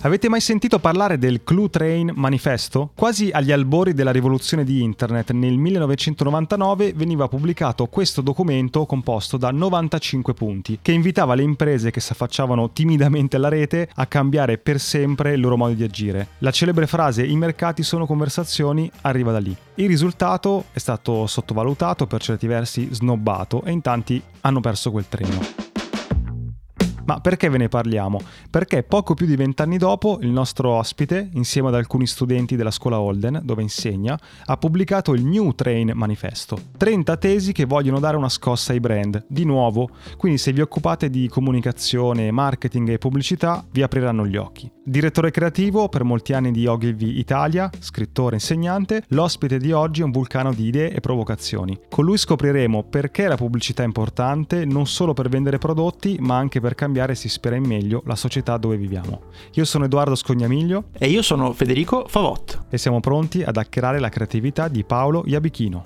Avete mai sentito parlare del Clue Train Manifesto? Quasi agli albori della rivoluzione di Internet, nel 1999 veniva pubblicato questo documento composto da 95 punti, che invitava le imprese che si affacciavano timidamente alla rete a cambiare per sempre il loro modo di agire. La celebre frase "i mercati sono conversazioni" arriva da lì. Il risultato è stato sottovalutato, per certi versi snobbato, e in tanti hanno perso quel treno. Ma perché ve ne parliamo? Perché poco più di 20 anni dopo il nostro ospite, insieme ad alcuni studenti della scuola Holden, dove insegna, ha pubblicato il New Train Manifesto. 30 tesi che vogliono dare una scossa ai brand, di nuovo, quindi se vi occupate di comunicazione, marketing e pubblicità vi apriranno gli occhi. Direttore creativo per molti anni di Ogilvy Italia, scrittore e insegnante, l'ospite di oggi è un vulcano di idee e provocazioni. Con lui scopriremo perché la pubblicità è importante non solo per vendere prodotti, ma anche per cambiare, si spera in meglio, la società dove viviamo. Io sono Edoardo Scognamiglio e io sono Federico Favot e siamo pronti ad hackerare la creatività di Paolo Iabichino.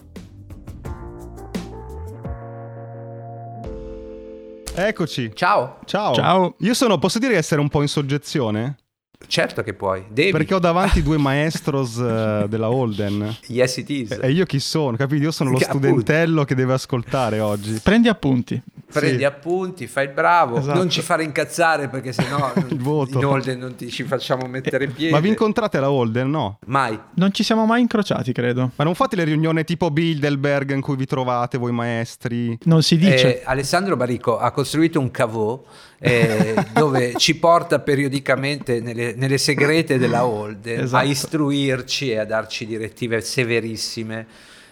Eccoci. Ciao. Ciao. Io posso dire di essere un po' in soggezione? Certo che puoi, devi. Perché ho davanti due maestros della Holden. Yes it is. E io chi sono, capito? Io sono lo studentello che deve ascoltare oggi. Prendi appunti. Prendi appunti, fai il bravo. Esatto. Non ci fare incazzare perché sennò il voto. in Holden non ti ci facciamo mettere piede. Ma vi incontrate alla Holden, no? Mai. Non ci siamo mai incrociati, credo. Ma non fate le riunioni tipo Bilderberg in cui vi trovate voi maestri? Non si dice. Alessandro Baricco ha costruito un caveau dove ci porta periodicamente nelle segrete della Holden, esatto, a istruirci e a darci direttive severissime.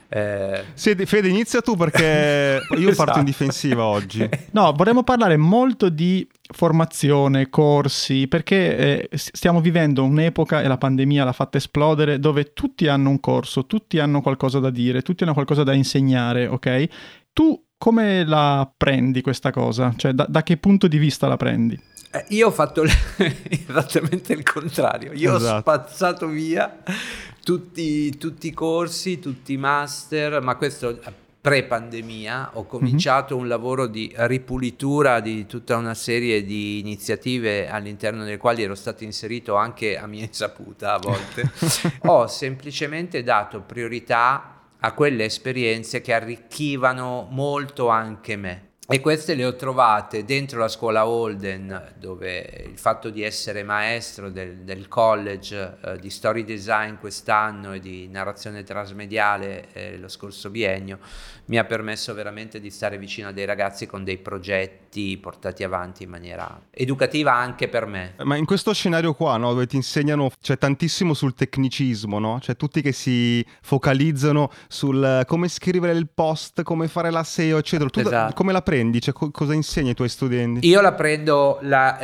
Fede, inizia tu perché io parto in difensiva oggi. No, vorremmo parlare molto di formazione, corsi, perché stiamo vivendo un'epoca, e la pandemia l'ha fatta esplodere, dove tutti hanno un corso, tutti hanno qualcosa da dire, tutti hanno qualcosa da insegnare, ok? Tu come la prendi questa cosa? Cioè, da che punto di vista la prendi? Io ho fatto esattamente il contrario. Io ho spazzato via tutti i corsi, tutti i master, ma questo pre-pandemia. Ho cominciato un lavoro di ripulitura di tutta una serie di iniziative all'interno delle quali ero stato inserito anche a mia insaputa a volte. Ho semplicemente dato priorità a quelle esperienze che arricchivano molto anche me. E queste le ho trovate dentro la scuola Holden, dove il fatto di essere maestro del college di story design quest'anno e di narrazione trasmediale lo scorso biennio mi ha permesso veramente di stare vicino a dei ragazzi con dei progetti portati avanti in maniera educativa anche per me. Ma in questo scenario qua, no, dove ti insegnano, c'è tantissimo sul tecnicismo, no? Cioè tutti che si focalizzano sul come scrivere il post, come fare la SEO, eccetera. Tu come la prendi? Cioè, cosa insegni ai tuoi studenti? Io la prendo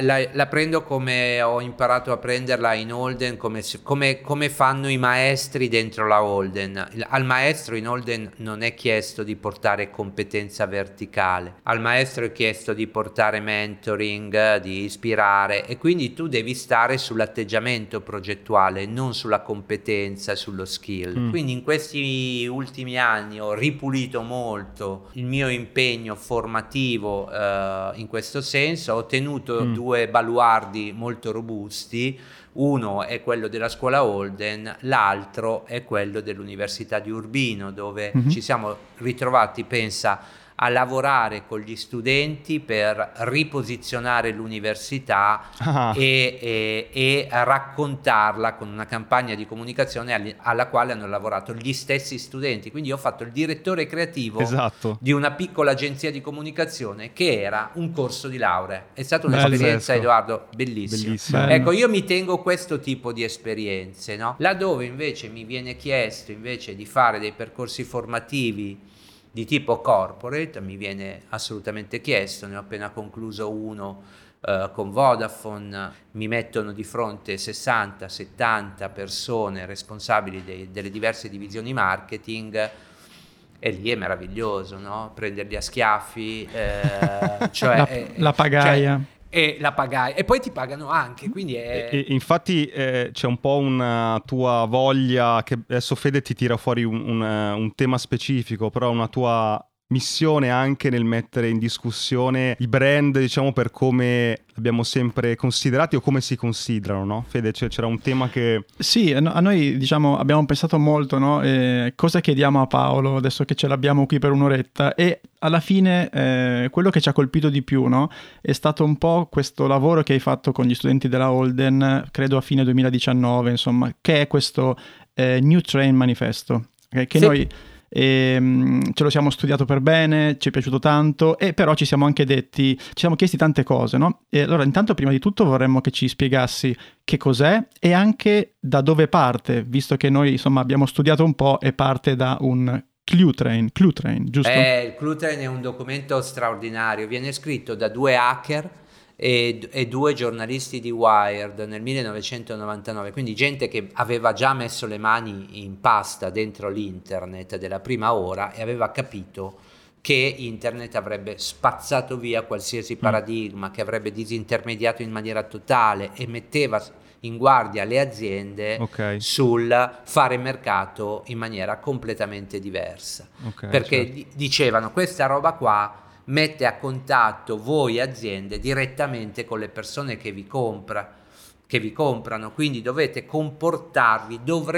come ho imparato a prenderla in Holden, come fanno i maestri dentro la Holden. Al maestro in Holden non è chiesto di portare competenza verticale, al maestro è chiesto di portare mentoring, di ispirare, e quindi tu devi stare sull'atteggiamento progettuale, non sulla competenza, sullo skill. Quindi in questi ultimi anni ho ripulito molto il mio impegno formativo in questo senso. Ho tenuto due baluardi molto robusti. Uno è quello della scuola Holden, l'altro è quello dell'Università di Urbino, dove ci siamo ritrovati, pensa, a lavorare con gli studenti per riposizionare l'università e raccontarla con una campagna di comunicazione alla quale hanno lavorato gli stessi studenti. Quindi ho fatto il direttore creativo di una piccola agenzia di comunicazione che era un corso di laurea. È stata un'esperienza, Edoardo, bellissima. Ecco, io mi tengo questo tipo di esperienze, no? Laddove invece mi viene chiesto invece di fare dei percorsi formativi di tipo corporate, mi viene assolutamente chiesto. Ne ho appena concluso uno con Vodafone. Mi mettono di fronte 60-70 persone responsabili delle diverse divisioni marketing, e lì è meraviglioso, no? Prenderli a schiaffi, cioè la pagaia. E la pagai, e poi ti pagano anche, quindi è... infatti c'è un po' una tua voglia, che adesso Fede ti tira fuori un tema specifico, però una tua missione anche nel mettere in discussione i brand, diciamo, per come abbiamo sempre considerati o come si considerano, no? Fede, c'era un tema che... Sì, a noi, diciamo, abbiamo pensato molto, no? Cosa chiediamo a Paolo adesso che ce l'abbiamo qui per un'oretta, e alla fine quello che ci ha colpito di più, no? È stato un po' questo lavoro che hai fatto con gli studenti della Holden, credo a fine 2019, insomma, che è questo New Train Manifesto, che sì. Noi... ce lo siamo studiato per bene, ci è piaciuto tanto, e però ci siamo anche chiesti tante cose, no? E allora intanto prima di tutto vorremmo che ci spiegassi che cos'è e anche da dove parte, visto che noi insomma abbiamo studiato un po' e parte da un Clue Train, giusto? Il Clue Train è un documento straordinario, viene scritto da 2 hacker e 2 giornalisti di Wired nel 1999, quindi gente che aveva già messo le mani in pasta dentro l'internet della prima ora e aveva capito che internet avrebbe spazzato via qualsiasi paradigma, che avrebbe disintermediato in maniera totale e metteva in guardia le aziende sul fare mercato in maniera completamente diversa, perché dicevano questa roba qua mette a contatto voi aziende direttamente con le persone che vi comprano, quindi dovrete comportarvi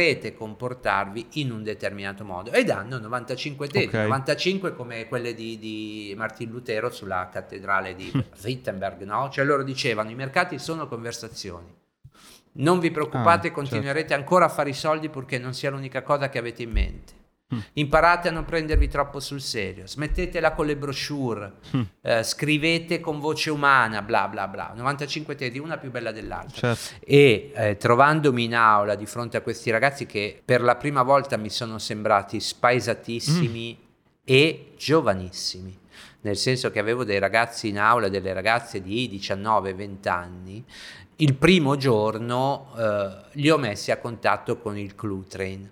in un determinato modo, e danno 95 tesi, 95 come quelle di Martin Lutero sulla cattedrale di Wittenberg, no? Cioè loro dicevano: i mercati sono conversazioni, non vi preoccupate, continuerete ancora a fare i soldi purché non sia l'unica cosa che avete in mente. Imparate a non prendervi troppo sul serio, smettetela con le brochure, scrivete con voce umana, bla bla bla. 95 tesi, una più bella dell'altra. E trovandomi in aula di fronte a questi ragazzi che per la prima volta mi sono sembrati spaesatissimi e giovanissimi, nel senso che avevo dei ragazzi in aula, delle ragazze di 19-20 anni, il primo giorno li ho messi a contatto con il Clue Train.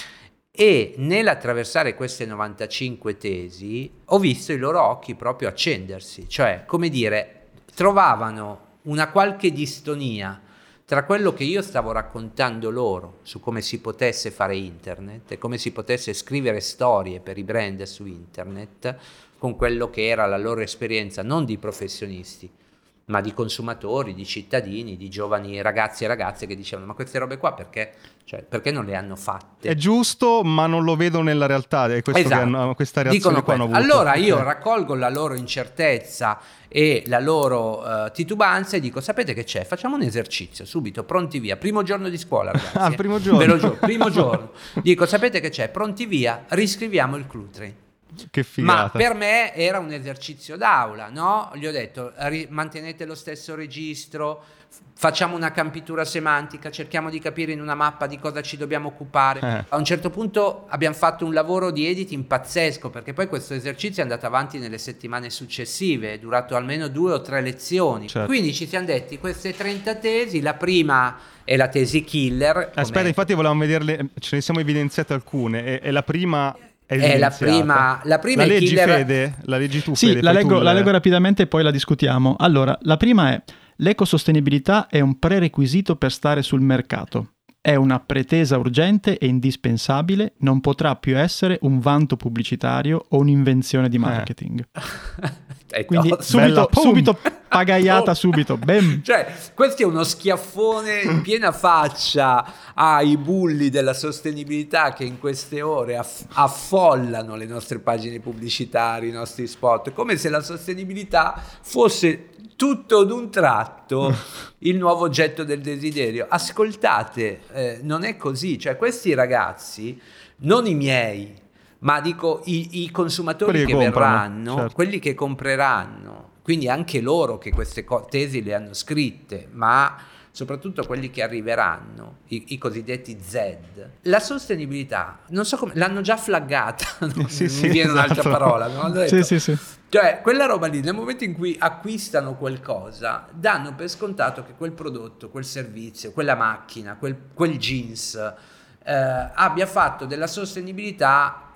E nell'attraversare queste 95 tesi ho visto i loro occhi proprio accendersi, cioè, come dire, trovavano una qualche distonia tra quello che io stavo raccontando loro su come si potesse fare internet e come si potesse scrivere storie per i brand su internet, con quello che era la loro esperienza non di professionisti, ma di consumatori, di cittadini, di giovani ragazzi e ragazze che dicevano: ma queste robe qua perché non le hanno fatte? È giusto, ma non lo vedo nella realtà, è questo, esatto, che questa reazione qua hanno avuto. Allora io raccolgo la loro incertezza e la loro titubanza e dico: sapete che c'è? Facciamo un esercizio subito, pronti via, primo giorno di scuola, ragazzi. Primo giorno. Primo giorno. Dico: sapete che c'è? Pronti via, riscriviamo il Clue Train. Che figata. Ma per me era un esercizio d'aula, no? Gli ho detto: mantenete lo stesso registro, facciamo una campitura semantica, cerchiamo di capire in una mappa di cosa ci dobbiamo occupare. A un certo punto abbiamo fatto un lavoro di editing pazzesco, perché poi questo esercizio è andato avanti nelle settimane successive, è durato almeno 2 o 3 lezioni. Quindi ci siamo detti queste 30 tesi, la prima è la tesi killer. Aspetta, infatti volevamo vederle, ce ne siamo evidenziate alcune, e la prima... La prima la leggi, killer... Fede? La leggi tu, sì, Fede? la leggo rapidamente e poi la discutiamo. Allora, la prima è: l'ecosostenibilità è un prerequisito per stare sul mercato. È una pretesa urgente e indispensabile, non potrà più essere un vanto pubblicitario o un'invenzione di marketing. Quindi subito pagaiata, subito. Bam. Cioè, questo è uno schiaffone in piena faccia ai bulli della sostenibilità che in queste ore affollano le nostre pagine pubblicitarie, i nostri spot, come se la sostenibilità fosse tutto d'un tratto il nuovo oggetto del desiderio. Ascoltate, non è così. Cioè, questi ragazzi, non i miei, ma dico i consumatori che verranno, quelli che compreranno, quindi anche loro che queste tesi le hanno scritte, ma soprattutto quelli che arriveranno, i cosiddetti Z. La sostenibilità, non so come, l'hanno già flaggata, non mi viene un'altra parola, no? Detto, sì. Cioè, quella roba lì, nel momento in cui acquistano qualcosa, danno per scontato che quel prodotto, quel servizio, quella macchina, quel jeans abbia fatto della sostenibilità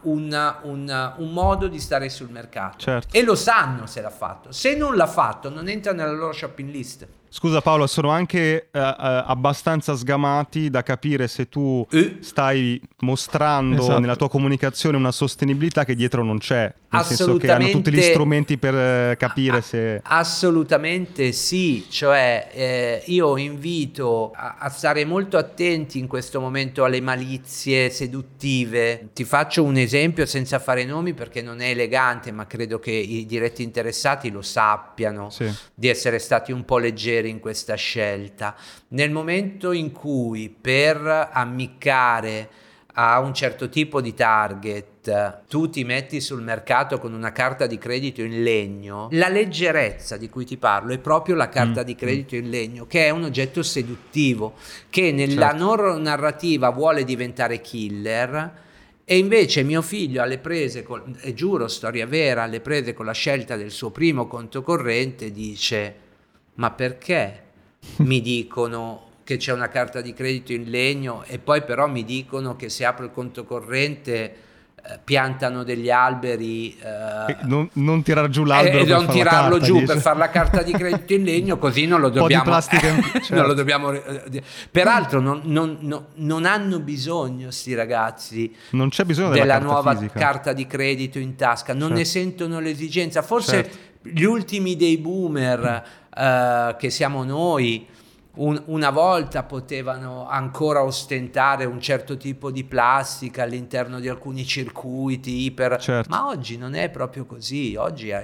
un modo di stare sul mercato. Certo. E lo sanno se l'ha fatto. Se non l'ha fatto, non entra nella loro shopping list. Scusa Paolo, sono anche abbastanza sgamati da capire se tu stai mostrando nella tua comunicazione una sostenibilità che dietro non c'è, nel senso che hanno tutti gli strumenti per capire se... Assolutamente sì, cioè io invito a stare molto attenti in questo momento alle malizie seduttive. Ti faccio un esempio senza fare nomi perché non è elegante, ma credo che i diretti interessati lo sappiano, di essere stati un po' leggeri in questa scelta. Nel momento in cui per ammiccare a un certo tipo di target tu ti metti sul mercato con una carta di credito in legno, la leggerezza di cui ti parlo è proprio la carta di credito in legno, che è un oggetto seduttivo che nella narrativa vuole diventare killer. E invece mio figlio alle prese, e giuro storia vera, alle prese con la scelta del suo primo conto corrente dice: ma perché mi dicono che c'è una carta di credito in legno e poi però mi dicono che se apro il conto corrente piantano degli alberi, non tirar giù l'albero non tirarlo giù per fare la carta di credito in legno, così non lo dobbiamo non lo dobbiamo. Peraltro non hanno bisogno sti ragazzi, non c'è bisogno della carta nuova fisica. Carta di credito in tasca, non ne sentono l'esigenza. Forse gli ultimi dei boomer che siamo noi una volta potevano ancora ostentare un certo tipo di plastica all'interno di alcuni circuiti ma oggi non è proprio così. Oggi è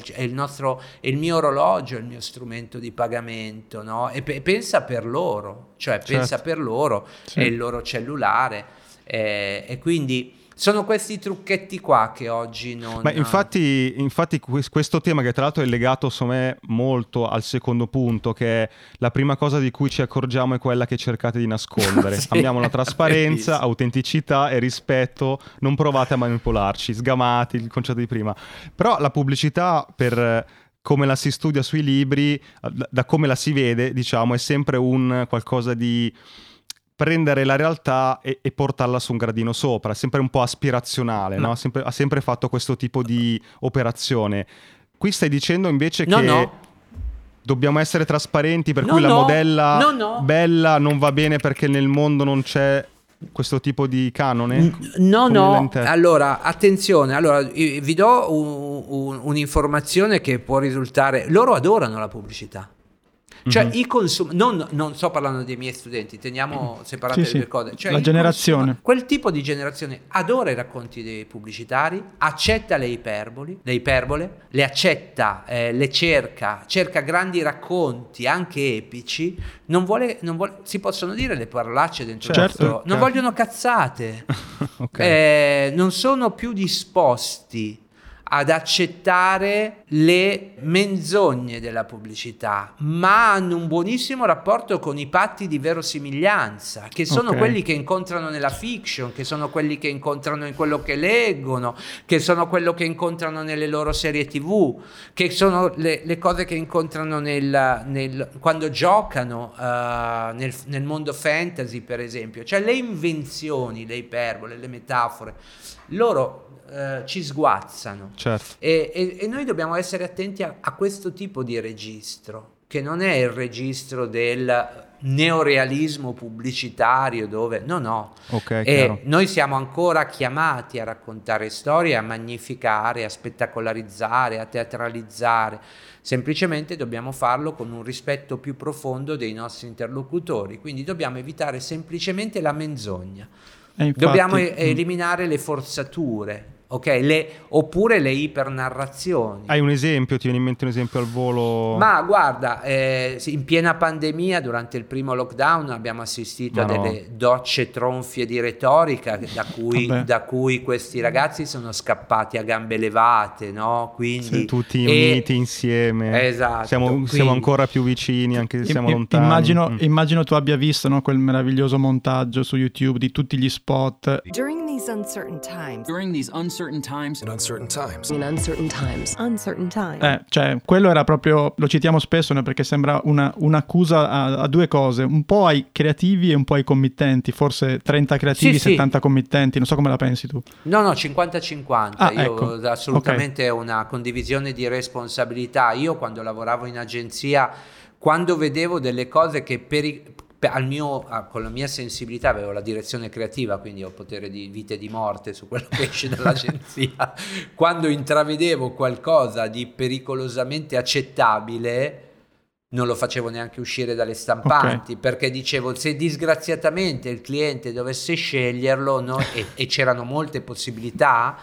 il mio orologio, è il mio strumento di pagamento, no? E pensa per loro, pensa per loro, è il loro cellulare, e quindi sono questi trucchetti qua che oggi non... Ma infatti questo tema, che tra l'altro è legato secondo me molto al secondo punto, che è la prima cosa di cui ci accorgiamo è quella che cercate di nascondere. Amiamo la trasparenza, autenticità e rispetto, non provate a manipolarci, sgamati, il concetto di prima. Però la pubblicità, per come la si studia sui libri, da come la si vede, diciamo, è sempre un qualcosa di... prendere la realtà e portarla su un gradino sopra, è sempre un po' aspirazionale, no? Ha sempre fatto questo tipo di operazione. Qui stai dicendo invece che dobbiamo essere trasparenti, per cui la modella bella non va bene perché nel mondo non c'è questo tipo di canone? No. Allora, attenzione, vi do un'informazione che può risultare... Loro adorano la pubblicità. Cioè i non sto parlando dei miei studenti, teniamo separate le due cose. Cioè, la generazione, quel tipo di generazione adora i racconti dei pubblicitari, accetta le iperbole, le accetta, le cerca grandi racconti anche epici, non vuole si possono dire le parolacce dentro non vogliono cazzate. Non sono più disposti ad accettare le menzogne della pubblicità, ma hanno un buonissimo rapporto con i patti di verosimiglianza, che sono quelli che incontrano nella fiction, che sono quelli che incontrano in quello che leggono, che sono quello che incontrano nelle loro serie TV, che sono le cose che incontrano quando giocano nel mondo fantasy, per esempio. Cioè le invenzioni, le iperbole, le metafore, loro ci sguazzano, e noi dobbiamo essere attenti a questo tipo di registro, che non è il registro del neorealismo pubblicitario dove noi siamo ancora chiamati a raccontare storie, a magnificare, a spettacolarizzare, a teatralizzare. Semplicemente dobbiamo farlo con un rispetto più profondo dei nostri interlocutori, quindi dobbiamo evitare semplicemente la menzogna. Dobbiamo eliminare le forzature, oppure le ipernarrazioni. Hai un esempio? Ti viene in mente un esempio al volo? Ma guarda, in piena pandemia, durante il primo lockdown, abbiamo assistito a delle docce tronfie di retorica da cui questi ragazzi sono scappati a gambe levate, no? Quindi tutti uniti insieme. Esatto. Siamo ancora più vicini, anche se siamo lontani. Immagino tu abbia visto, no, quel meraviglioso montaggio su YouTube di tutti gli spot. During these uncertain times. Cioè, quello era proprio, lo citiamo spesso, no, perché sembra un'accusa a due cose, un po' ai creativi e un po' ai committenti, forse 30 creativi, 70 committenti, non so come la pensi tu. No, 50-50, assolutamente una condivisione di responsabilità. Io quando lavoravo in agenzia, quando vedevo delle cose che con la mia sensibilità avevo la direzione creativa, quindi ho potere di vita e di morte su quello che esce dall'agenzia, quando intravedevo qualcosa di pericolosamente accettabile non lo facevo neanche uscire dalle stampanti, perché dicevo, se disgraziatamente il cliente dovesse sceglierlo, no, e c'erano molte possibilità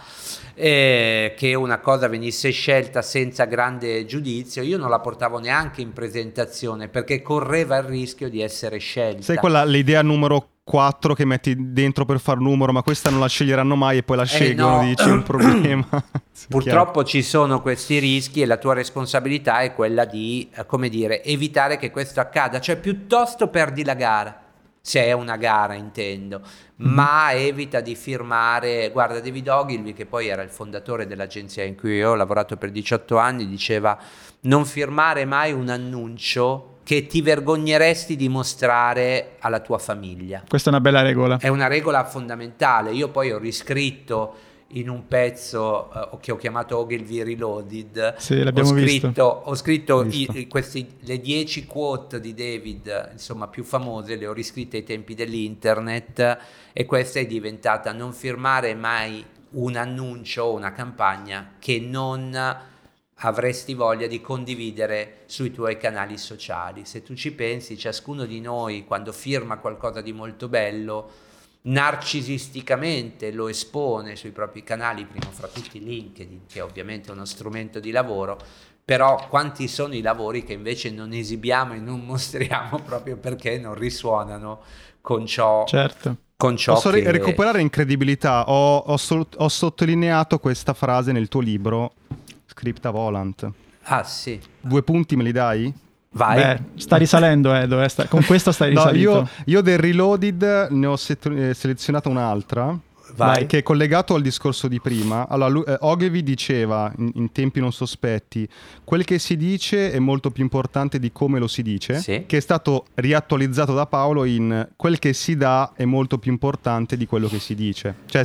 che una cosa venisse scelta senza grande giudizio, io non la portavo neanche in presentazione perché correva il rischio di essere scelta. Sai l'idea numero 4 che metti dentro per far numero, ma questa non la sceglieranno mai e poi la scelgono, no. Dici un problema. Purtroppo ci sono questi rischi e la tua responsabilità è quella di, come dire, evitare che questo accada, cioè piuttosto perdi la gara, se è una gara intendo, ma evita di firmare. Guarda, David Ogilvy, che poi era il fondatore dell'agenzia in cui io ho lavorato per 18 anni, diceva: non firmare mai un annuncio che ti vergogneresti di mostrare alla tua famiglia. Questa è una bella regola. È una regola fondamentale. Io poi ho riscritto in un pezzo che ho chiamato Ogilvy Reloaded. Sì, l'abbiamo visto. Ho scritto le 10 quote di David, insomma, più famose, le ho riscritte ai tempi dell'internet, e questa è diventata: non firmare mai un annuncio o una campagna che non avresti voglia di condividere sui tuoi canali sociali. Se tu ci pensi, ciascuno di noi, quando firma qualcosa di molto bello, narcisisticamente lo espone sui propri canali, prima fra tutti LinkedIn, che ovviamente è uno strumento di lavoro, però quanti sono i lavori che invece non esibiamo e non mostriamo proprio perché non risuonano con ciò. Certo. Posso recuperare in credibilità. Ho sottolineato questa frase nel tuo libro Scripta Volant. Ah sì. 2 punti me li dai? Vai. Beh, sta risalendo, con questo stai risalendo. No, io del Reloaded ne ho selezionata un'altra. Vai. Che è collegato al discorso di prima. Allora, Ogilvy diceva in tempi non sospetti: quel che si dice è molto più importante di come lo si dice, sì. Che è stato riattualizzato da Paolo in quel che si dà è molto più importante di quello che si dice. Cioè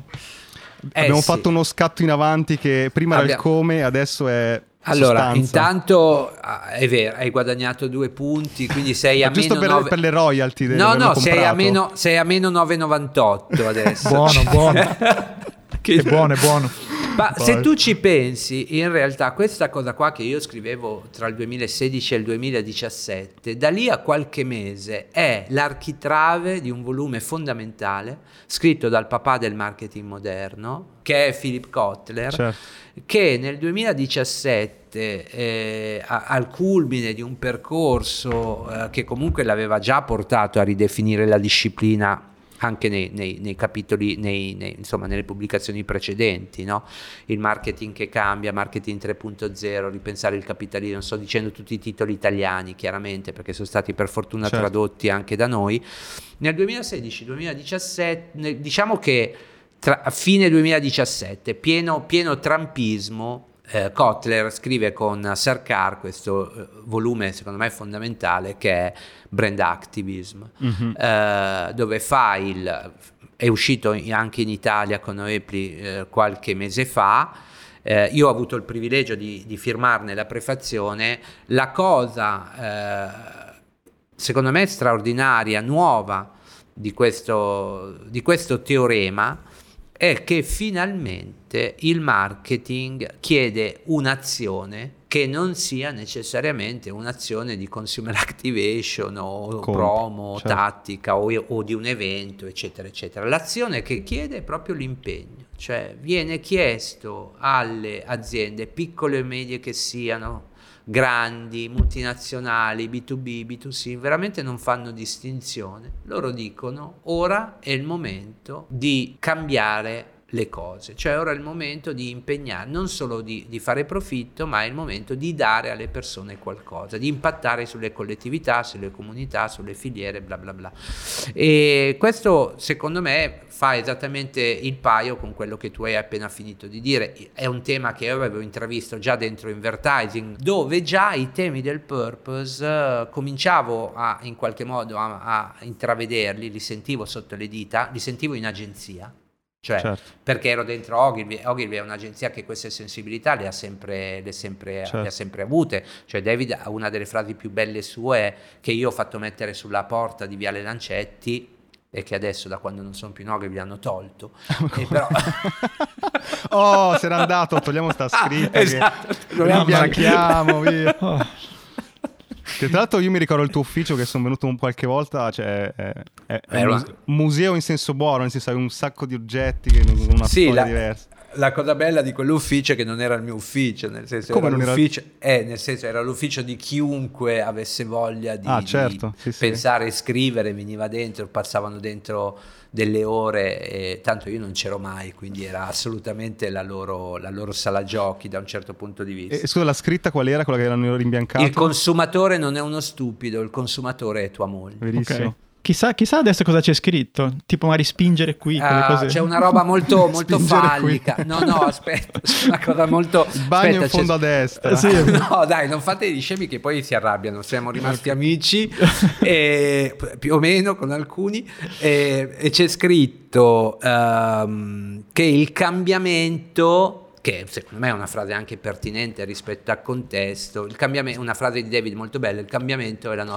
abbiamo fatto uno scatto in avanti, che prima era il come, adesso è allora, sostanza. Intanto è vero, hai guadagnato 2 punti, quindi sei a giusto meno per le royalty. sei a meno 9,98 adesso. Buono. È buono. Ma se tu ci pensi, in realtà questa cosa qua che io scrivevo tra il 2016 e il 2017, da lì a qualche mese è l'architrave di un volume fondamentale scritto dal papà del marketing moderno, che è Philip Kotler, certo, che nel 2017, al culmine di un percorso che comunque l'aveva già portato a ridefinire la disciplina anche nei capitoli, insomma, nelle pubblicazioni precedenti, no? Il marketing che cambia, marketing 3.0, ripensare il capitalismo, non sto dicendo tutti i titoli italiani chiaramente, perché sono stati per fortuna tradotti anche da noi. Nel 2016-2017, diciamo che a fine 2017, pieno trampismo, Kotler scrive con Sarkar questo volume secondo me fondamentale, che è Brand Activism, dove è uscito anche in Italia con Oepli qualche mese fa. Io ho avuto il privilegio di firmarne la prefazione. La cosa secondo me straordinaria, nuova di questo teorema, è che finalmente il marketing chiede un'azione che non sia necessariamente un'azione di consumer activation o promo, certo, tattica o di un evento, eccetera, eccetera. L'azione che chiede è proprio l'impegno, cioè viene chiesto alle aziende, piccole e medie che siano, grandi, multinazionali, B2B, B2C, veramente non fanno distinzione. Loro dicono: ora è il momento di cambiare le cose, cioè ora è il momento di impegnare, non solo di fare profitto, ma è il momento di dare alle persone qualcosa, di impattare sulle collettività, sulle comunità, sulle filiere, bla bla bla. E questo secondo me fa esattamente il paio con quello che tu hai appena finito di dire. È un tema che io avevo intravisto già dentro Invertising, dove già i temi del purpose cominciavo in qualche modo a intravederli, li sentivo sotto le dita, li sentivo in agenzia. Cioè, Certo. perché ero dentro Ogilvy. Ogilvy è un'agenzia che queste sensibilità le ha sempre avute. Cioè David ha una delle frasi più belle sue che io ho fatto mettere sulla porta di Viale Lancetti e che adesso, da quando non sono più in Ogilvy, hanno tolto. E però... Oh, se n'è andato, togliamo sta scritta esatto, che imbianchiamo via. Che tra l'altro io mi ricordo il tuo ufficio, che sono venuto qualche volta, cioè è un museo in senso buono, nel senso hai un sacco di oggetti che hanno una storia diversa. La cosa bella di quell'ufficio è che non era il mio ufficio, nel senso Come era non l'ufficio, nel senso era l'ufficio di chiunque avesse voglia di, certo, di pensare e scrivere, veniva dentro, passavano dentro delle ore, e tanto io non c'ero mai, quindi era assolutamente la loro sala giochi da un certo punto di vista. E scusa, la scritta qual era, quella che hanno rimbiancato? Il consumatore non è uno stupido, il consumatore è tua moglie. Verissimo. Okay. Chissà adesso cosa c'è scritto, tipo magari spingere qui, quelle cose. C'è una roba molto fallica. No, aspetta, c'è una cosa molto... Il bagno in fondo a destra. Sì. No, dai, non fate i scemi che poi si arrabbiano. Siamo rimasti amici, più o meno con alcuni, e c'è scritto che il cambiamento, che secondo me è una frase anche pertinente rispetto al contesto, una frase di David molto bella: il cambiamento è la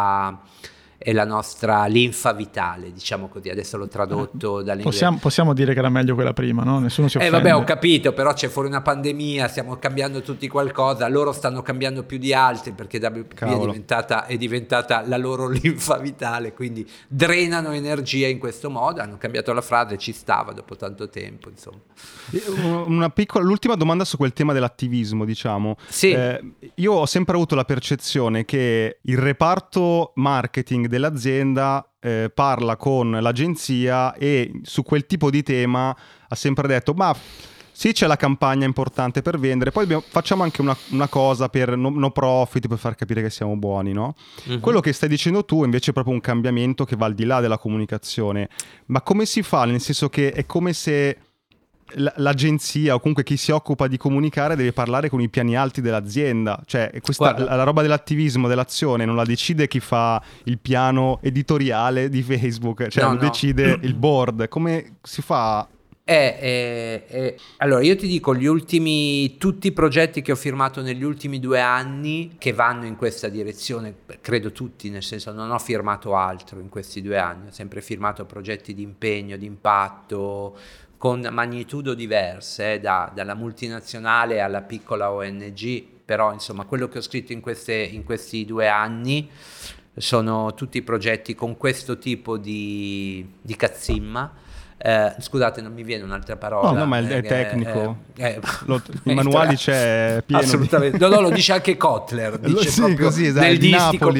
nostra linfa vitale, diciamo così. Adesso l'ho tradotto dall'inglese. Possiamo dire che era meglio quella prima, no? Nessuno si offende. Vabbè, ho capito, però c'è fuori una pandemia, stiamo cambiando tutti qualcosa, loro stanno cambiando più di altri perché WPP è diventata la loro linfa vitale, quindi drenano energia in questo modo. Hanno cambiato la frase, ci stava dopo tanto tempo, insomma. L'ultima domanda su quel tema dell'attivismo, diciamo. Sì. Io ho sempre avuto la percezione che il reparto marketing dell'azienda parla con l'agenzia e su quel tipo di tema ha sempre detto: ma sì, c'è la campagna importante per vendere, poi facciamo anche una cosa per no profit, per far capire che siamo buoni, no? Mm-hmm. Quello che stai dicendo tu invece è proprio un cambiamento che va al di là della comunicazione. Ma come si fa? Nel senso che è come se l'agenzia o comunque chi si occupa di comunicare deve parlare con i piani alti dell'azienda, cioè la roba dell'attivismo, dell'azione non la decide chi fa il piano editoriale di Facebook, cioè decide il board. Come si fa? Allora io ti dico, tutti i progetti che ho firmato negli ultimi 2 anni che vanno in questa direzione, credo tutti, nel senso non ho firmato altro in questi 2 anni, ho sempre firmato progetti di impegno, di impatto, con magnitudo diverse, dalla multinazionale alla piccola ONG, però insomma quello che ho scritto in questi 2 anni sono tutti progetti con questo tipo di cazzimma. Scusate, non mi viene un'altra parola. No, ma è tecnico. I manuali c'è pieno. Assolutamente. No, lo dice anche Kotler. Dice sì, così, esatto, nel distico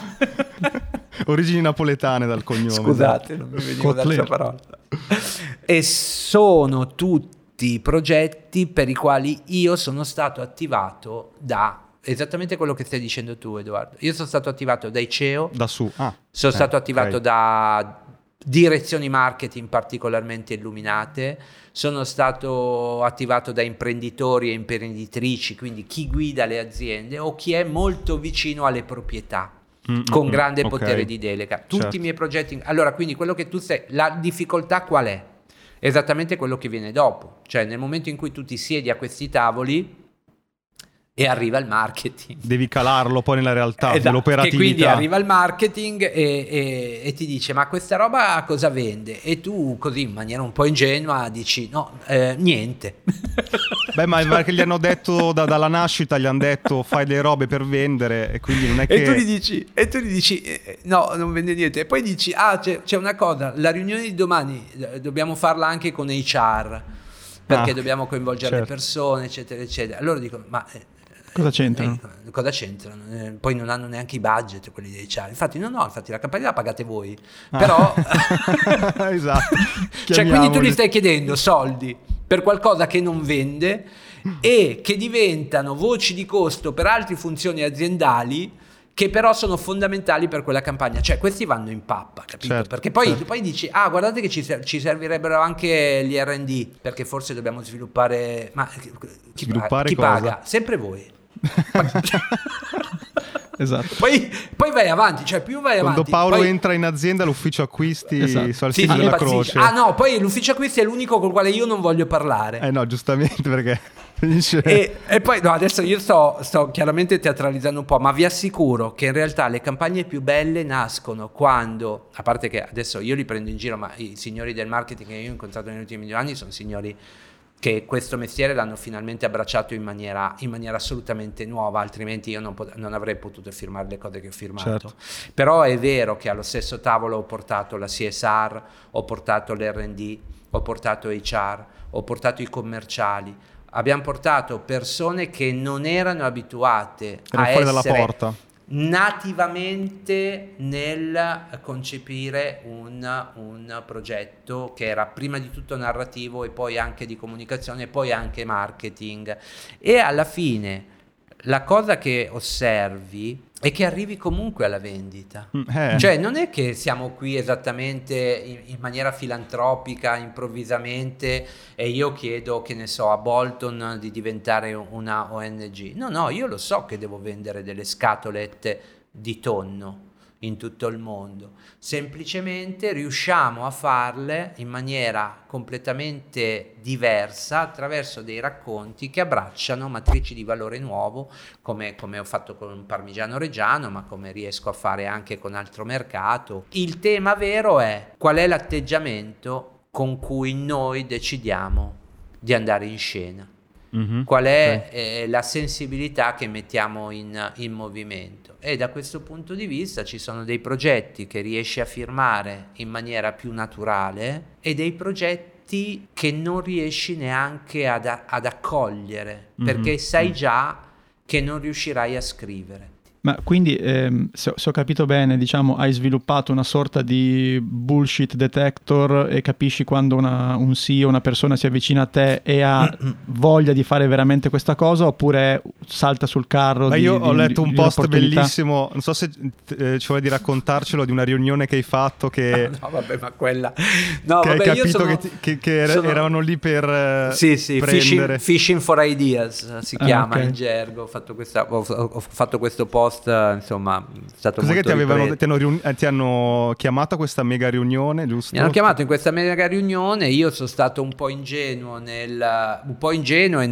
origini napoletane dal cognome. Scusate, non mi veniva un'altra parola. E sono tutti progetti per i quali io sono stato attivato da esattamente quello che stai dicendo tu, Edoardo. Io sono stato attivato dai CEO, sono stato attivato da direzioni marketing particolarmente illuminate, sono stato attivato da imprenditori e imprenditrici, quindi chi guida le aziende o chi è molto vicino alle proprietà con grande potere di delega. Tutti i miei progetti. Allora, quindi quello che la difficoltà qual è? Esattamente quello che viene dopo, cioè nel momento in cui tu ti siedi a questi tavoli e arriva il marketing. Devi calarlo poi nella realtà, dell'operatività. E quindi arriva il marketing e ti dice: ma questa roba cosa vende? E tu così in maniera un po' ingenua dici: no, niente. Beh, ma perché gli hanno detto dalla nascita, gli hanno detto fai le robe per vendere, e quindi non è che... E tu gli dici no, non vende niente. E poi dici: c'è una cosa, la riunione di domani dobbiamo farla anche con HR, perché dobbiamo coinvolgere le persone, eccetera, eccetera. Allora dico: ma... cosa c'entrano? Cosa c'entrano? Poi non hanno neanche i budget quelli dei HR. Infatti la campagna la pagate voi. Però esatto. Cioè, quindi tu gli stai chiedendo soldi per qualcosa che non vende e che diventano voci di costo per altre funzioni aziendali che però sono fondamentali per quella campagna. Cioè questi vanno in pappa, capito? Certo, perché poi dici: guardate che ci servirebbero anche gli R&D, perché forse dobbiamo sviluppare. Ma chi paga? Sempre voi. Esatto. Poi vai avanti, cioè più vai Quando avanti. Paolo poi... entra in azienda, l'ufficio acquisti Esatto. al Sì, segno della impazzisce. croce. Ah no, poi l'ufficio acquisti è l'unico col quale io non voglio parlare. No, giustamente, perché finisce... E poi, no, adesso io sto chiaramente teatralizzando un po', ma vi assicuro che in realtà le campagne più belle nascono quando, a parte che adesso io li prendo in giro, ma i signori del marketing che io ho incontrato negli ultimi 2 anni sono signori che questo mestiere l'hanno finalmente abbracciato in maniera assolutamente nuova, altrimenti io non avrei potuto firmare le cose che ho firmato. Certo. Però è vero che allo stesso tavolo ho portato la CSR, ho portato l'R&D, ho portato HR, ho portato i commerciali, abbiamo portato persone che non erano abituate Erano a fuori dalla essere porta. nativamente nel concepire un progetto che era prima di tutto narrativo e poi anche di comunicazione e poi anche marketing, e alla fine la cosa che osservi è che arrivi comunque alla vendita. Cioè non è che siamo qui esattamente in maniera filantropica, improvvisamente, e io chiedo, che ne so, a Bolton di diventare una ONG. No, io lo so che devo vendere delle scatolette di tonno in tutto il mondo, semplicemente riusciamo a farle in maniera completamente diversa attraverso dei racconti che abbracciano matrici di valore nuovo, come ho fatto con Parmigiano Reggiano, ma come riesco a fare anche con altro mercato. Il tema vero è: qual è l'atteggiamento con cui noi decidiamo di andare in scena? Qual è la sensibilità che mettiamo in movimento? E da questo punto di vista ci sono dei progetti che riesci a firmare in maniera più naturale e dei progetti che non riesci neanche ad accogliere, perché sai già che non riuscirai a scrivere. Ma quindi, se ho capito bene, diciamo, hai sviluppato una sorta di bullshit detector e capisci quando un CEO, una persona si avvicina a te e ha voglia di fare veramente questa cosa, oppure salta sul carro. Ma io ho letto un post opportunità. Bellissimo, non so se ci vuoi di raccontarcelo, di una riunione che hai fatto che... No, vabbè, ma quella... No, che vabbè, hai capito io che erano lì per sì, prendere... fishing for ideas si chiama ok. in gergo. Ho fatto questo post, insomma, è stato Cos'è molto che ripreso. ti hanno chiamato a questa mega riunione, giusto? Mi hanno chiamato in questa mega riunione, io sono stato un po' ingenuo e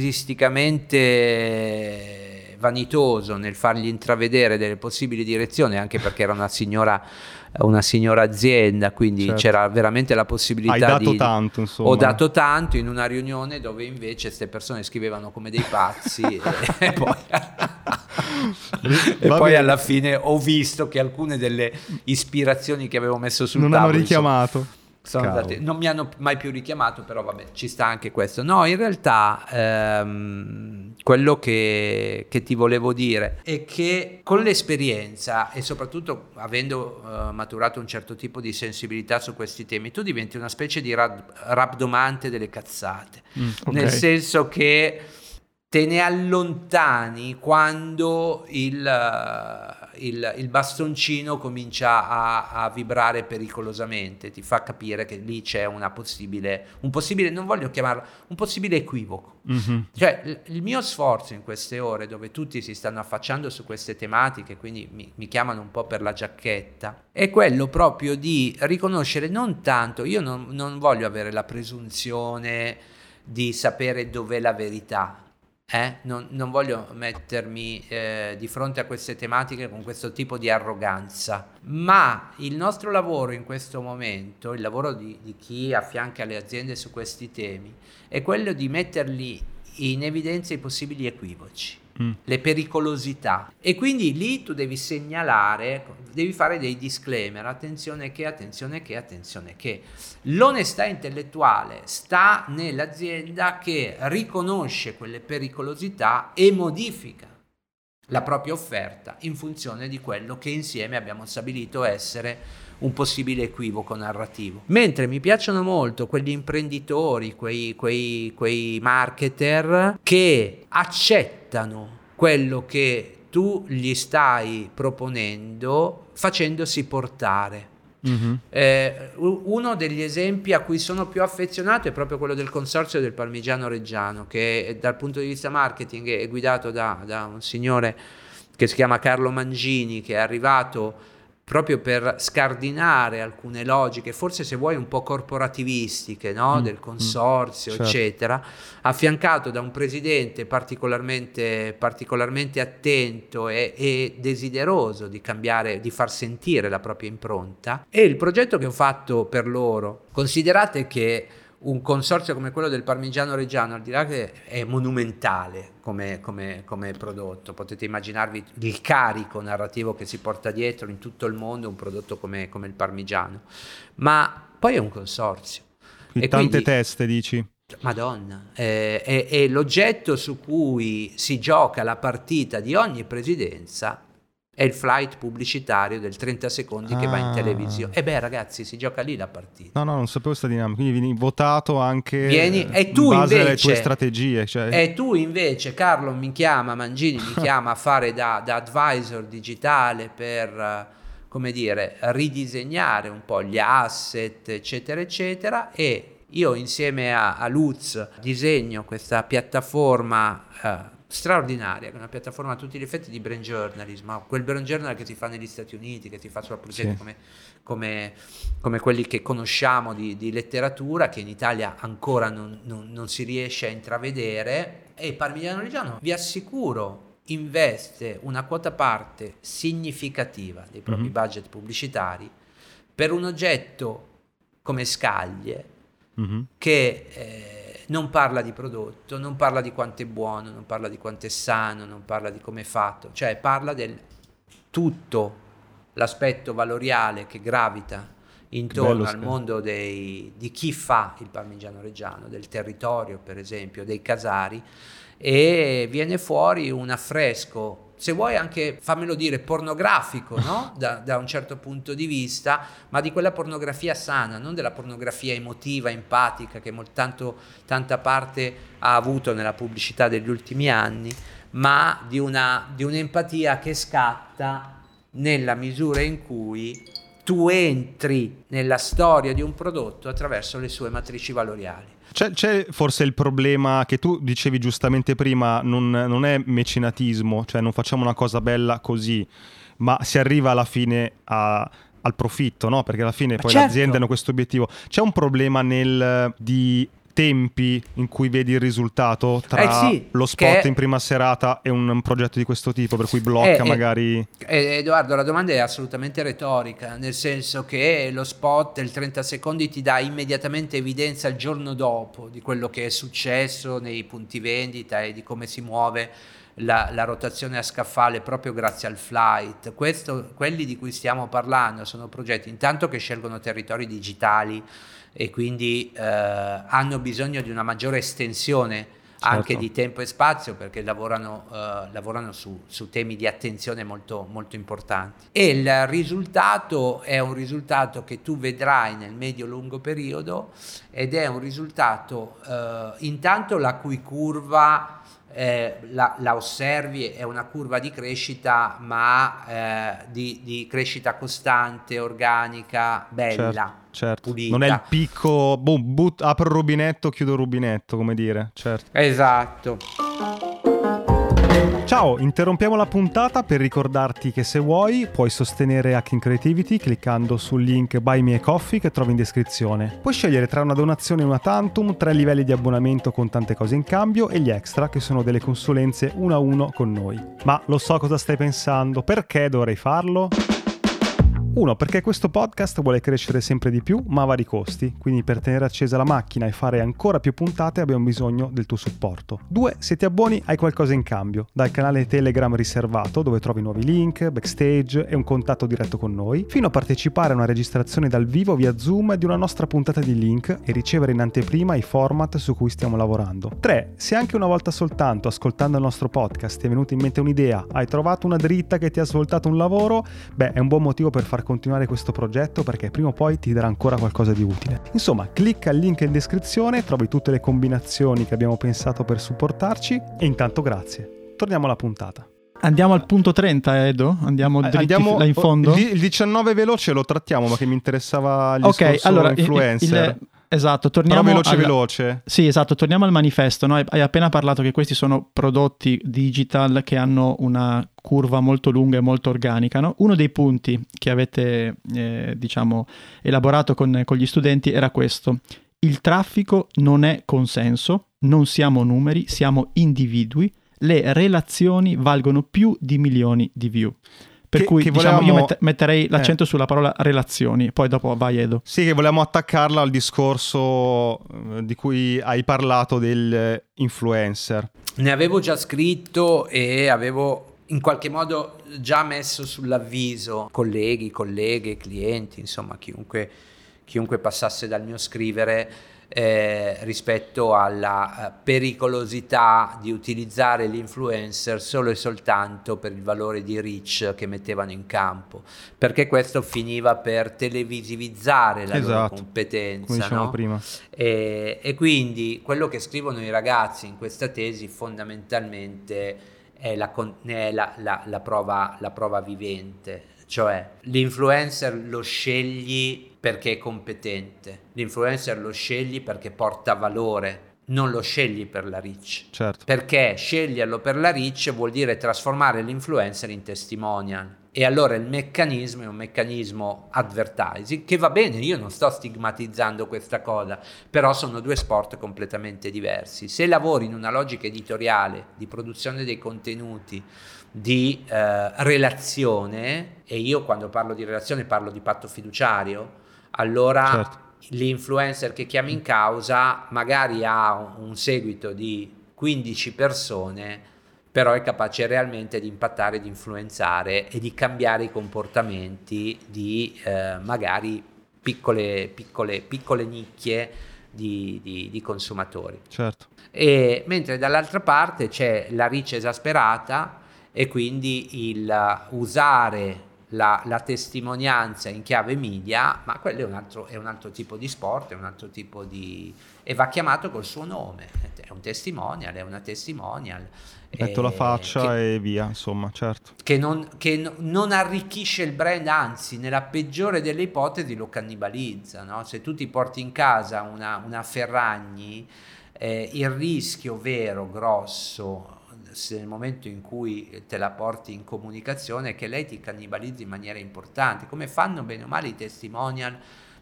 narcisisticamente vanitoso nel fargli intravedere delle possibili direzioni, anche perché era una signora azienda, quindi certo, c'era veramente la possibilità. Hai dato tanto, insomma. Ho dato tanto in una riunione dove invece queste persone scrivevano come dei pazzi e poi alla fine ho visto che alcune delle ispirazioni che avevo messo sul non tavolo hanno richiamato. non mi hanno mai più richiamato, però vabbè, ci sta anche questo. No, in realtà quello che ti volevo dire è che con l'esperienza e soprattutto avendo maturato un certo tipo di sensibilità su questi temi, tu diventi una specie di rabdomante delle cazzate, ok. nel senso che te ne allontani quando il bastoncino comincia a vibrare pericolosamente, ti fa capire che lì c'è un possibile, non voglio chiamarlo, un possibile equivoco. Cioè il mio sforzo in queste ore, dove tutti si stanno affacciando su queste tematiche, quindi mi chiamano un po' per la giacchetta, è quello proprio di riconoscere, non tanto, io non voglio avere la presunzione di sapere dov'è la verità. Non voglio mettermi di fronte a queste tematiche con questo tipo di arroganza, ma il nostro lavoro in questo momento, il lavoro di chi affianca le aziende su questi temi, è quello di metterli in evidenza i possibili equivoci, le pericolosità, e quindi lì tu devi segnalare, devi fare dei disclaimer: attenzione che l'onestà intellettuale sta nell'azienda che riconosce quelle pericolosità e modifica la propria offerta in funzione di quello che insieme abbiamo stabilito essere un possibile equivoco narrativo. Mentre mi piacciono molto quegli imprenditori, quei marketer che accettano quello che tu gli stai proponendo facendosi portare. Uno degli esempi a cui sono più affezionato è proprio quello del consorzio del Parmigiano Reggiano, che dal punto di vista marketing è guidato da un signore che si chiama Carlo Mangini, che è arrivato proprio per scardinare alcune logiche, forse se vuoi un po' corporativistiche, no? Del consorzio, certo. eccetera, affiancato da un presidente particolarmente attento e desideroso di cambiare, di far sentire la propria impronta. E il progetto che ho fatto per loro, considerate che un consorzio come quello del Parmigiano Reggiano, al di là che è monumentale come prodotto, potete immaginarvi il carico narrativo che si porta dietro in tutto il mondo un prodotto come il Parmigiano, ma poi è un consorzio. E tante quindi, teste, dici? Madonna, è l'oggetto su cui si gioca la partita di ogni presidenza. È il flight pubblicitario del 30 secondi che va in televisione. E beh, ragazzi, si gioca lì la partita. No, non sapevo questa dinamica. Quindi vieni votato anche e tu in base invece, alle tue strategie. Cioè. E tu invece, Carlo Mangini mi chiama a fare da advisor digitale per, come dire, ridisegnare un po' gli asset, eccetera, eccetera. E io insieme a Lutz disegno questa piattaforma straordinaria, una piattaforma a tutti gli effetti di brain journalism, ma quel brain journal che si fa negli Stati Uniti, che si fa su progetti come quelli che conosciamo di letteratura, che in Italia ancora non si riesce a intravedere. E Parmigiano Reggiano, vi assicuro, investe una quota parte significativa dei propri budget pubblicitari per un oggetto come Scaglie, che non parla di prodotto, non parla di quanto è buono, non parla di quanto è sano, non parla di come è fatto, cioè parla del tutto l'aspetto valoriale che gravita intorno al mondo di chi fa il Parmigiano Reggiano, del territorio per esempio, dei casari, e viene fuori un affresco, se vuoi anche, fammelo dire, pornografico, no? da un certo punto di vista, ma di quella pornografia sana, non della pornografia emotiva, empatica, che tanta parte ha avuto nella pubblicità degli ultimi anni, ma di un'empatia che scatta nella misura in cui tu entri nella storia di un prodotto attraverso le sue matrici valoriali. C'è forse il problema che tu dicevi giustamente prima, non è mecenatismo, cioè non facciamo una cosa bella così, ma si arriva alla fine al profitto, no? Perché alla fine poi certo, l'azienda hanno questo obiettivo. C'è un problema di tempi in cui vedi il risultato tra lo spot in prima serata e un progetto di questo tipo, per cui blocca magari... Edoardo, la domanda è assolutamente retorica, nel senso che lo spot del 30 secondi ti dà immediatamente evidenza il giorno dopo di quello che è successo nei punti vendita e di come si muove la rotazione a scaffale proprio grazie al flight. Quelli di cui stiamo parlando sono progetti intanto che scelgono territori digitali e quindi hanno bisogno di una maggiore estensione anche di tempo e spazio, perché lavorano su temi di attenzione molto, molto importanti. E il risultato è un risultato che tu vedrai nel medio-lungo periodo, ed è un risultato intanto la cui curva la osservi, è una curva di crescita, ma di crescita costante, organica, bella, certo. pulita. Non è il picco, apro il rubinetto, chiudo il rubinetto, come dire, certo. Esatto. Ciao, interrompiamo la puntata per ricordarti che se vuoi puoi sostenere Hacking Creativity cliccando sul link Buy Me a Coffee che trovi in descrizione. Puoi scegliere tra una donazione e una tantum, 3 livelli di abbonamento con tante cose in cambio e gli extra che sono delle consulenze 1 a 1 con noi. Ma lo so cosa stai pensando, perché dovrei farlo? 1. Perché questo podcast vuole crescere sempre di più, ma a vari costi, quindi per tenere accesa la macchina e fare ancora più puntate abbiamo bisogno del tuo supporto. 2. Se ti abboni hai qualcosa in cambio, dal canale Telegram riservato dove trovi nuovi link, backstage e un contatto diretto con noi, fino a partecipare a una registrazione dal vivo via Zoom di una nostra puntata di Link e ricevere in anteprima i format su cui stiamo lavorando. 3. Se anche una volta soltanto ascoltando il nostro podcast ti è venuta in mente un'idea, hai trovato una dritta che ti ha svoltato un lavoro, è un buon motivo per far continuare questo progetto, perché prima o poi ti darà ancora qualcosa di utile. Insomma, clicca il link in descrizione, trovi tutte le combinazioni che abbiamo pensato per supportarci e intanto grazie. Torniamo alla puntata. Andiamo al punto 30, Edo? Andiamo là in fondo? Il 19 veloce lo trattiamo, ma che mi interessava il discorso influencer. Esatto, torniamo veloce. Sì, esatto, torniamo al manifesto, no? Hai appena parlato che questi sono prodotti digital che hanno una curva molto lunga e molto organica, no? Uno dei punti che avete, elaborato con gli studenti era questo: il traffico non è consenso, non siamo numeri, siamo individui, le relazioni valgono più di milioni di view. Per cui io metterei l'accento sulla parola relazioni, poi dopo vai Edo. Sì, che volevamo attaccarla al discorso di cui hai parlato del influencer. Ne avevo già scritto e avevo in qualche modo già messo sull'avviso colleghi, colleghe, clienti, insomma chiunque passasse dal mio scrivere rispetto alla pericolosità di utilizzare l'influencer solo e soltanto per il valore di reach che mettevano in campo, perché questo finiva per televisivizzare la loro competenza, come dicevamo prima. E quindi quello che scrivono i ragazzi in questa tesi fondamentalmente è la prova vivente. Cioè l'influencer lo scegli perché è competente, l'influencer lo scegli perché porta valore, non lo scegli per la reach. Certo. Perché sceglierlo per la reach vuol dire trasformare l'influencer in testimonial. E allora il meccanismo è un meccanismo advertising, che va bene, io non sto stigmatizzando questa cosa, però sono due sport completamente diversi. Se lavori in una logica editoriale di produzione dei contenuti, di relazione, e io quando parlo di relazione parlo di patto fiduciario, allora l'influencer che chiami in causa magari ha un seguito di 15 persone, però è capace realmente di impattare, di influenzare e di cambiare i comportamenti di magari piccole nicchie di consumatori. Certo. E mentre dall'altra parte c'è la reach esasperata e quindi il usare la testimonianza in chiave media, ma quello è un altro tipo di sport, è un altro tipo di... e va chiamato col suo nome, è un testimonial, è una testimonial. Metto la faccia e via, insomma, certo. Che non arricchisce il brand, anzi, nella peggiore delle ipotesi lo cannibalizza, no? Se tu ti porti in casa una Ferragni, il rischio vero, grosso, se nel momento in cui te la porti in comunicazione è che lei ti cannibalizzi in maniera importante, come fanno bene o male i testimonial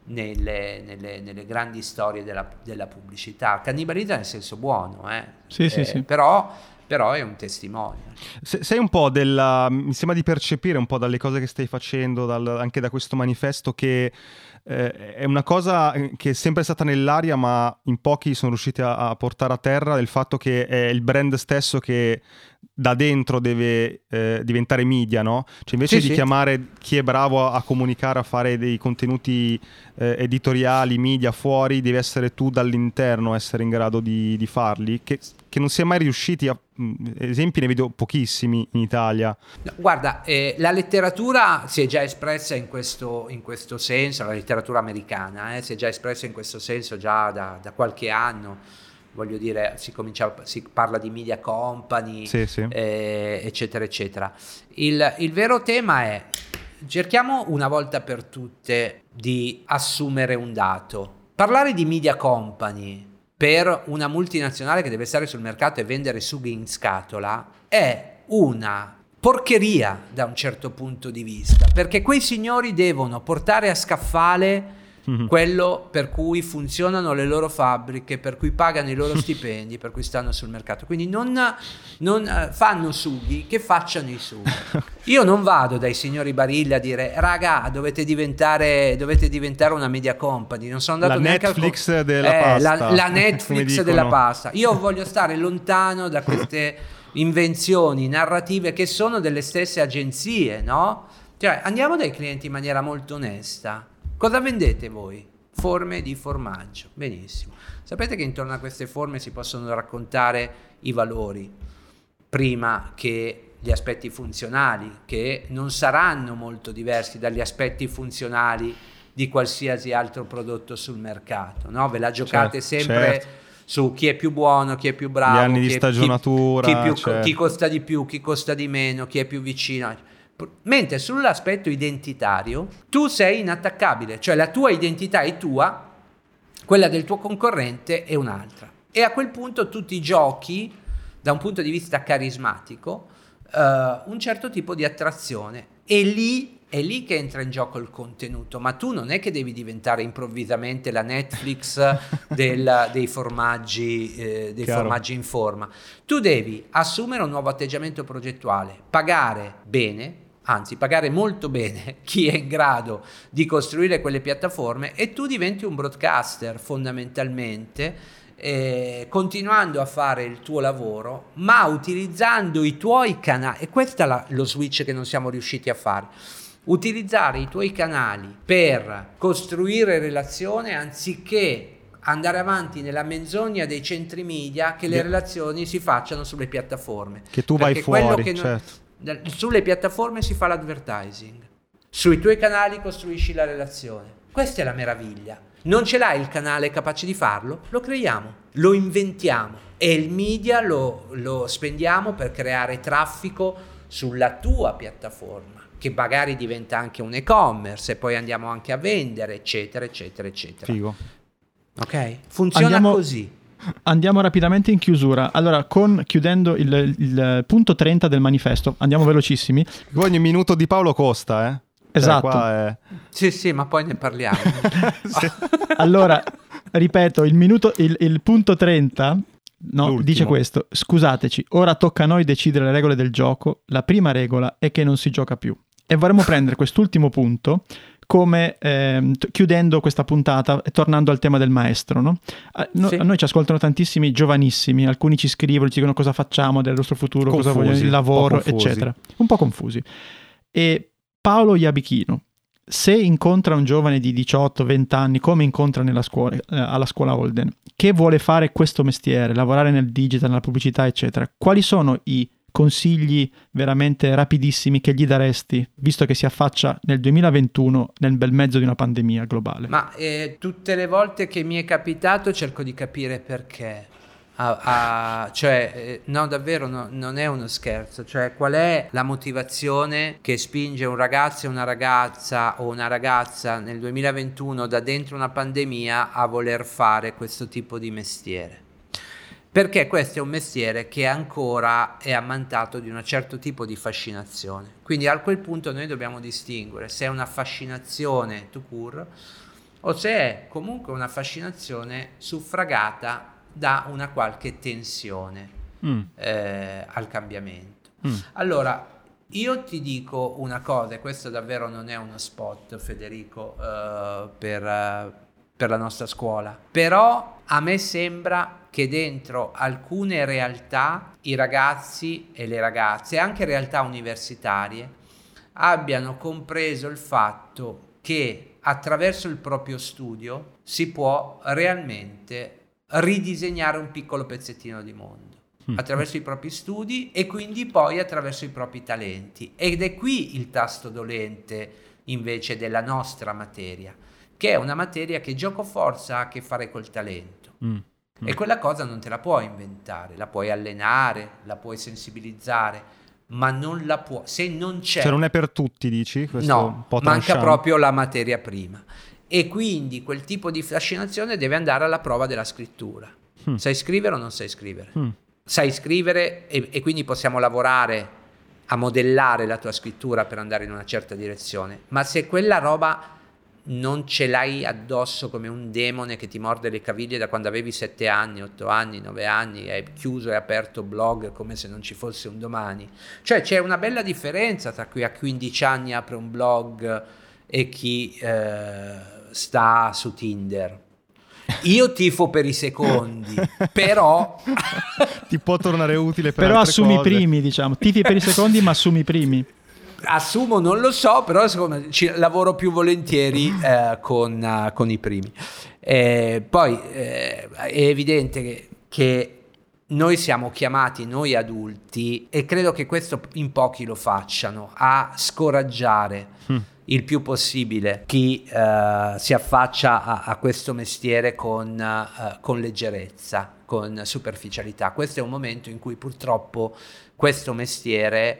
nelle grandi storie della pubblicità. Cannibalizza nel senso buono, sì. Però è un testimonial. Sei un po' mi sembra di percepire un po' dalle cose che stai facendo, anche da questo manifesto, che è una cosa che è sempre stata nell'aria, ma in pochi sono riusciti a portare a terra, del fatto che è il brand stesso che da dentro deve diventare media, no? Cioè invece di chiamare chi è bravo a comunicare, a fare dei contenuti editoriali, media fuori, devi essere tu dall'interno, essere in grado di farli, che non si è mai riusciti a... Esempi ne vedo pochissimi in Italia. No, guarda, la letteratura si è già espressa in questo senso, la letteratura americana si è già espressa in questo senso già da qualche anno. Voglio dire, si parla di media company, eccetera eccetera. Il vero tema è: cerchiamo una volta per tutte di assumere un dato. Parlare di media company per una multinazionale che deve stare sul mercato e vendere sughi in scatola è una porcheria da un certo punto di vista, perché quei signori devono portare a scaffale quello per cui funzionano le loro fabbriche, per cui pagano i loro stipendi, per cui stanno sul mercato. Quindi non fanno sughi che facciano i sughi. Io non vado dai signori Barilla a dire: raga, dovete diventare una media company. Non sono andato neanche Netflix della pasta. La Netflix della pasta. Io voglio stare lontano da queste invenzioni narrative che sono delle stesse agenzie, no? Cioè, andiamo dai clienti in maniera molto onesta. Cosa vendete voi? Forme di formaggio. Benissimo. Sapete che intorno a queste forme si possono raccontare i valori, prima che gli aspetti funzionali, che non saranno molto diversi dagli aspetti funzionali di qualsiasi altro prodotto sul mercato, no? Ve la giocate sempre su chi è più buono, chi è più bravo, gli anni di stagionatura, chi costa di più, chi costa di meno, chi è più vicino. Mentre sull'aspetto identitario tu sei inattaccabile, cioè la tua identità è tua quella del tuo concorrente è un'altra. E a quel punto tu ti giochi, da un punto di vista carismatico, un certo tipo di attrazione. E lì è lì che entra in gioco il contenuto, ma tu non è che devi diventare improvvisamente la Netflix dei formaggi in forma. Tu devi assumere un nuovo atteggiamento progettuale, pagare bene, anzi pagare molto bene chi è in grado di costruire quelle piattaforme, e tu diventi un broadcaster fondamentalmente, continuando a fare il tuo lavoro, ma utilizzando i tuoi canali. E questo è lo switch che non siamo riusciti a fare. Utilizzare i tuoi canali per costruire relazione, anziché andare avanti nella menzogna dei centri media che le relazioni si facciano sulle piattaforme. Che tu vai fuori, sulle piattaforme si fa l'advertising, sui tuoi canali costruisci la relazione. Questa è la meraviglia. Non ce l'hai il canale capace di farlo? Lo creiamo, lo inventiamo, e il media lo spendiamo per creare traffico sulla tua piattaforma, che magari diventa anche un e-commerce, e poi andiamo anche a vendere, eccetera, eccetera, eccetera. Figo. Ok? Funziona così. Andiamo rapidamente in chiusura. Allora, chiudendo il punto 30 del manifesto, andiamo velocissimi. Ogni minuto di Paolo costa, eh? Esatto. Qua Sì, ma poi ne parliamo. Sì. Allora, ripeto, il punto 30 dice questo: scusateci, ora tocca a noi decidere le regole del gioco. La prima regola è che non si gioca più. E vorremmo prendere quest'ultimo punto come chiudendo questa puntata e tornando al tema del maestro, no? A noi ci ascoltano tantissimi giovanissimi, alcuni ci scrivono, ci dicono cosa facciamo del nostro futuro, cosa vogliono, il lavoro, eccetera. Un po' confusi. E Paolo Iabichino, se incontra un giovane di 18-20 anni, come incontra alla scuola Holden, che vuole fare questo mestiere, lavorare nel digital, nella pubblicità, eccetera, quali sono i consigli veramente rapidissimi che gli daresti, visto che si affaccia nel 2021 nel bel mezzo di una pandemia globale? Ma tutte le volte che mi è capitato cerco di capire perché. No, davvero non è uno scherzo. Cioè, qual è la motivazione che spinge un ragazzo e una ragazza nel 2021 da dentro una pandemia a voler fare questo tipo di mestiere? Perché questo è un mestiere che ancora è ammantato di un certo tipo di fascinazione. Quindi a quel punto noi dobbiamo distinguere se è una fascinazione tout court o se è comunque una fascinazione suffragata da una qualche tensione al cambiamento. Allora, io ti dico una cosa, e questo davvero non è uno spot, Federico, per la nostra scuola, però a me sembra che dentro alcune realtà i ragazzi e le ragazze, anche realtà universitarie, abbiano compreso il fatto che attraverso il proprio studio si può realmente ridisegnare un piccolo pezzettino di mondo attraverso i propri studi e quindi poi attraverso i propri talenti. Ed è qui il tasto dolente invece della nostra materia, che è una materia che giocoforza ha a che fare col talento. E quella cosa non te la puoi inventare, la puoi allenare, la puoi sensibilizzare, ma non la puoi, se non c'è. Cioè non è per tutti, dici? Questo no, un po' manca proprio la materia prima. E quindi quel tipo di fascinazione deve andare alla prova della scrittura. Sai scrivere o non sai scrivere? Sai scrivere e quindi possiamo lavorare a modellare la tua scrittura per andare in una certa direzione. Ma se quella roba non ce l'hai addosso come un demone che ti morde le caviglie da quando avevi 7 anni, 8 anni, 9 anni, hai chiuso e aperto blog come se non ci fosse un domani. Cioè c'è una bella differenza tra chi a 15 anni apre un blog e chi sta su Tinder. Io tifo per i secondi, però ti può tornare utile per però altre assumi cose. I primi, diciamo. Tifi per i secondi ma assumi i primi. Assumo, non lo so, però secondo me lavoro più volentieri con i primi. Poi è evidente che noi siamo chiamati, noi adulti, e credo che questo in pochi lo facciano, a scoraggiare il più possibile chi si affaccia a questo mestiere con leggerezza, con superficialità. Questo è un momento in cui purtroppo questo mestiere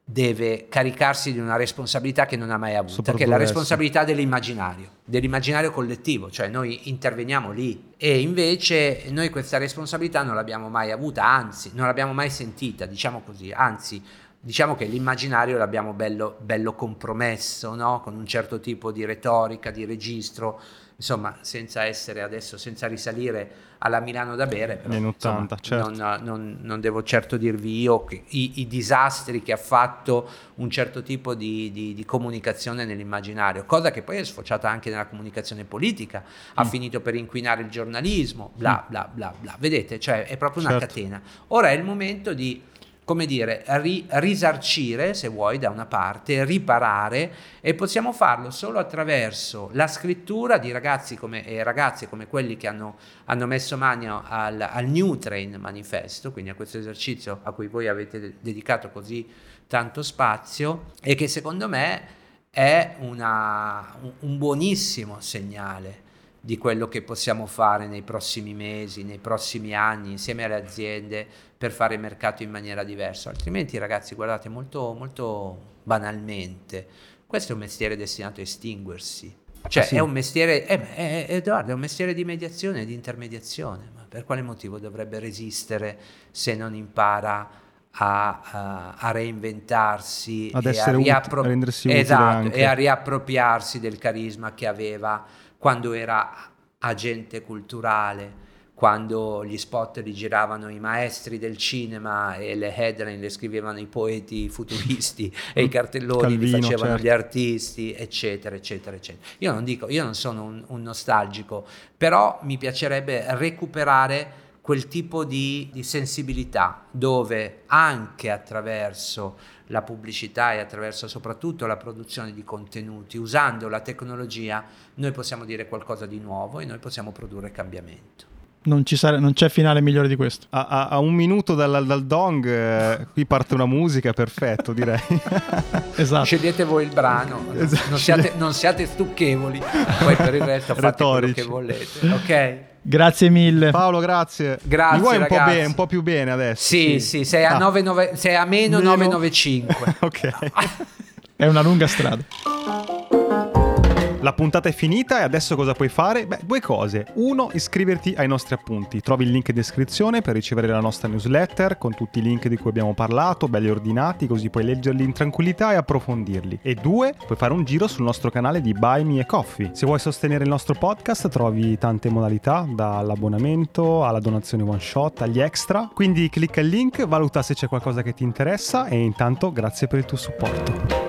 deve caricarsi di una responsabilità che non ha mai avuto, che è la responsabilità dell'immaginario collettivo, cioè noi interveniamo lì, e invece noi questa responsabilità non l'abbiamo mai avuta, anzi non l'abbiamo mai sentita, diciamo così, anzi diciamo che l'immaginario l'abbiamo bello compromesso, no? Con un certo tipo di retorica, di registro, insomma, senza risalire alla Milano da bere, però, negli 80, insomma, certo. non devo certo dirvi io che i disastri che ha fatto un certo tipo di comunicazione nell'immaginario, cosa che poi è sfociata anche nella comunicazione politica, ha finito per inquinare il giornalismo, bla bla bla bla, vedete, cioè è proprio una catena. Ora è il momento di, come dire, risarcire, se vuoi, da una parte, riparare, e possiamo farlo solo attraverso la scrittura di ragazzi e ragazze come quelli che hanno messo mano al New Train Manifesto, quindi a questo esercizio a cui voi avete dedicato così tanto spazio, e che secondo me è un buonissimo segnale di quello che possiamo fare nei prossimi mesi, nei prossimi anni, insieme alle aziende, per fare il mercato in maniera diversa. Altrimenti, ragazzi, guardate, molto, molto banalmente, questo è un mestiere destinato a estinguersi. Cioè, sì. È un mestiere, Edoardo, è un mestiere di mediazione e di intermediazione. Ma per quale motivo dovrebbe resistere se non impara a reinventarsi, ad essere a rendersi utile, esatto, anche. E a riappropriarsi del carisma che aveva quando era agente culturale, quando gli spot li giravano i maestri del cinema e le headline le scrivevano i poeti futuristi e i cartelloni Calvino, li facevano certo. gli artisti, eccetera, eccetera, eccetera. Io non sono un nostalgico, però mi piacerebbe recuperare quel tipo di sensibilità, dove anche attraverso la pubblicità e attraverso soprattutto la produzione di contenuti, usando la tecnologia, noi possiamo dire qualcosa di nuovo e noi possiamo produrre cambiamento. Non c'è finale migliore di questo. A un minuto dal dong, qui parte una musica, perfetto, direi. Esatto. Scegliete voi il brano, Esatto. non siate stucchevoli, poi per il resto fate quello che volete, ok? Grazie mille. Paolo, grazie. Grazie, mi vuoi ragazzi. un po' più bene adesso? Sì, sei a meno 995. Ok. È una lunga strada. La puntata è finita e adesso cosa puoi fare? Beh, due cose. Uno, iscriverti ai nostri appunti. Trovi il link in descrizione per ricevere la nostra newsletter con tutti i link di cui abbiamo parlato, belli ordinati, così puoi leggerli in tranquillità e approfondirli. E due, puoi fare un giro sul nostro canale di Buy Me a Coffee. Se vuoi sostenere il nostro podcast trovi tante modalità, dall'abbonamento alla donazione one shot agli extra. Quindi clicca il link, valuta se c'è qualcosa che ti interessa e intanto grazie per il tuo supporto.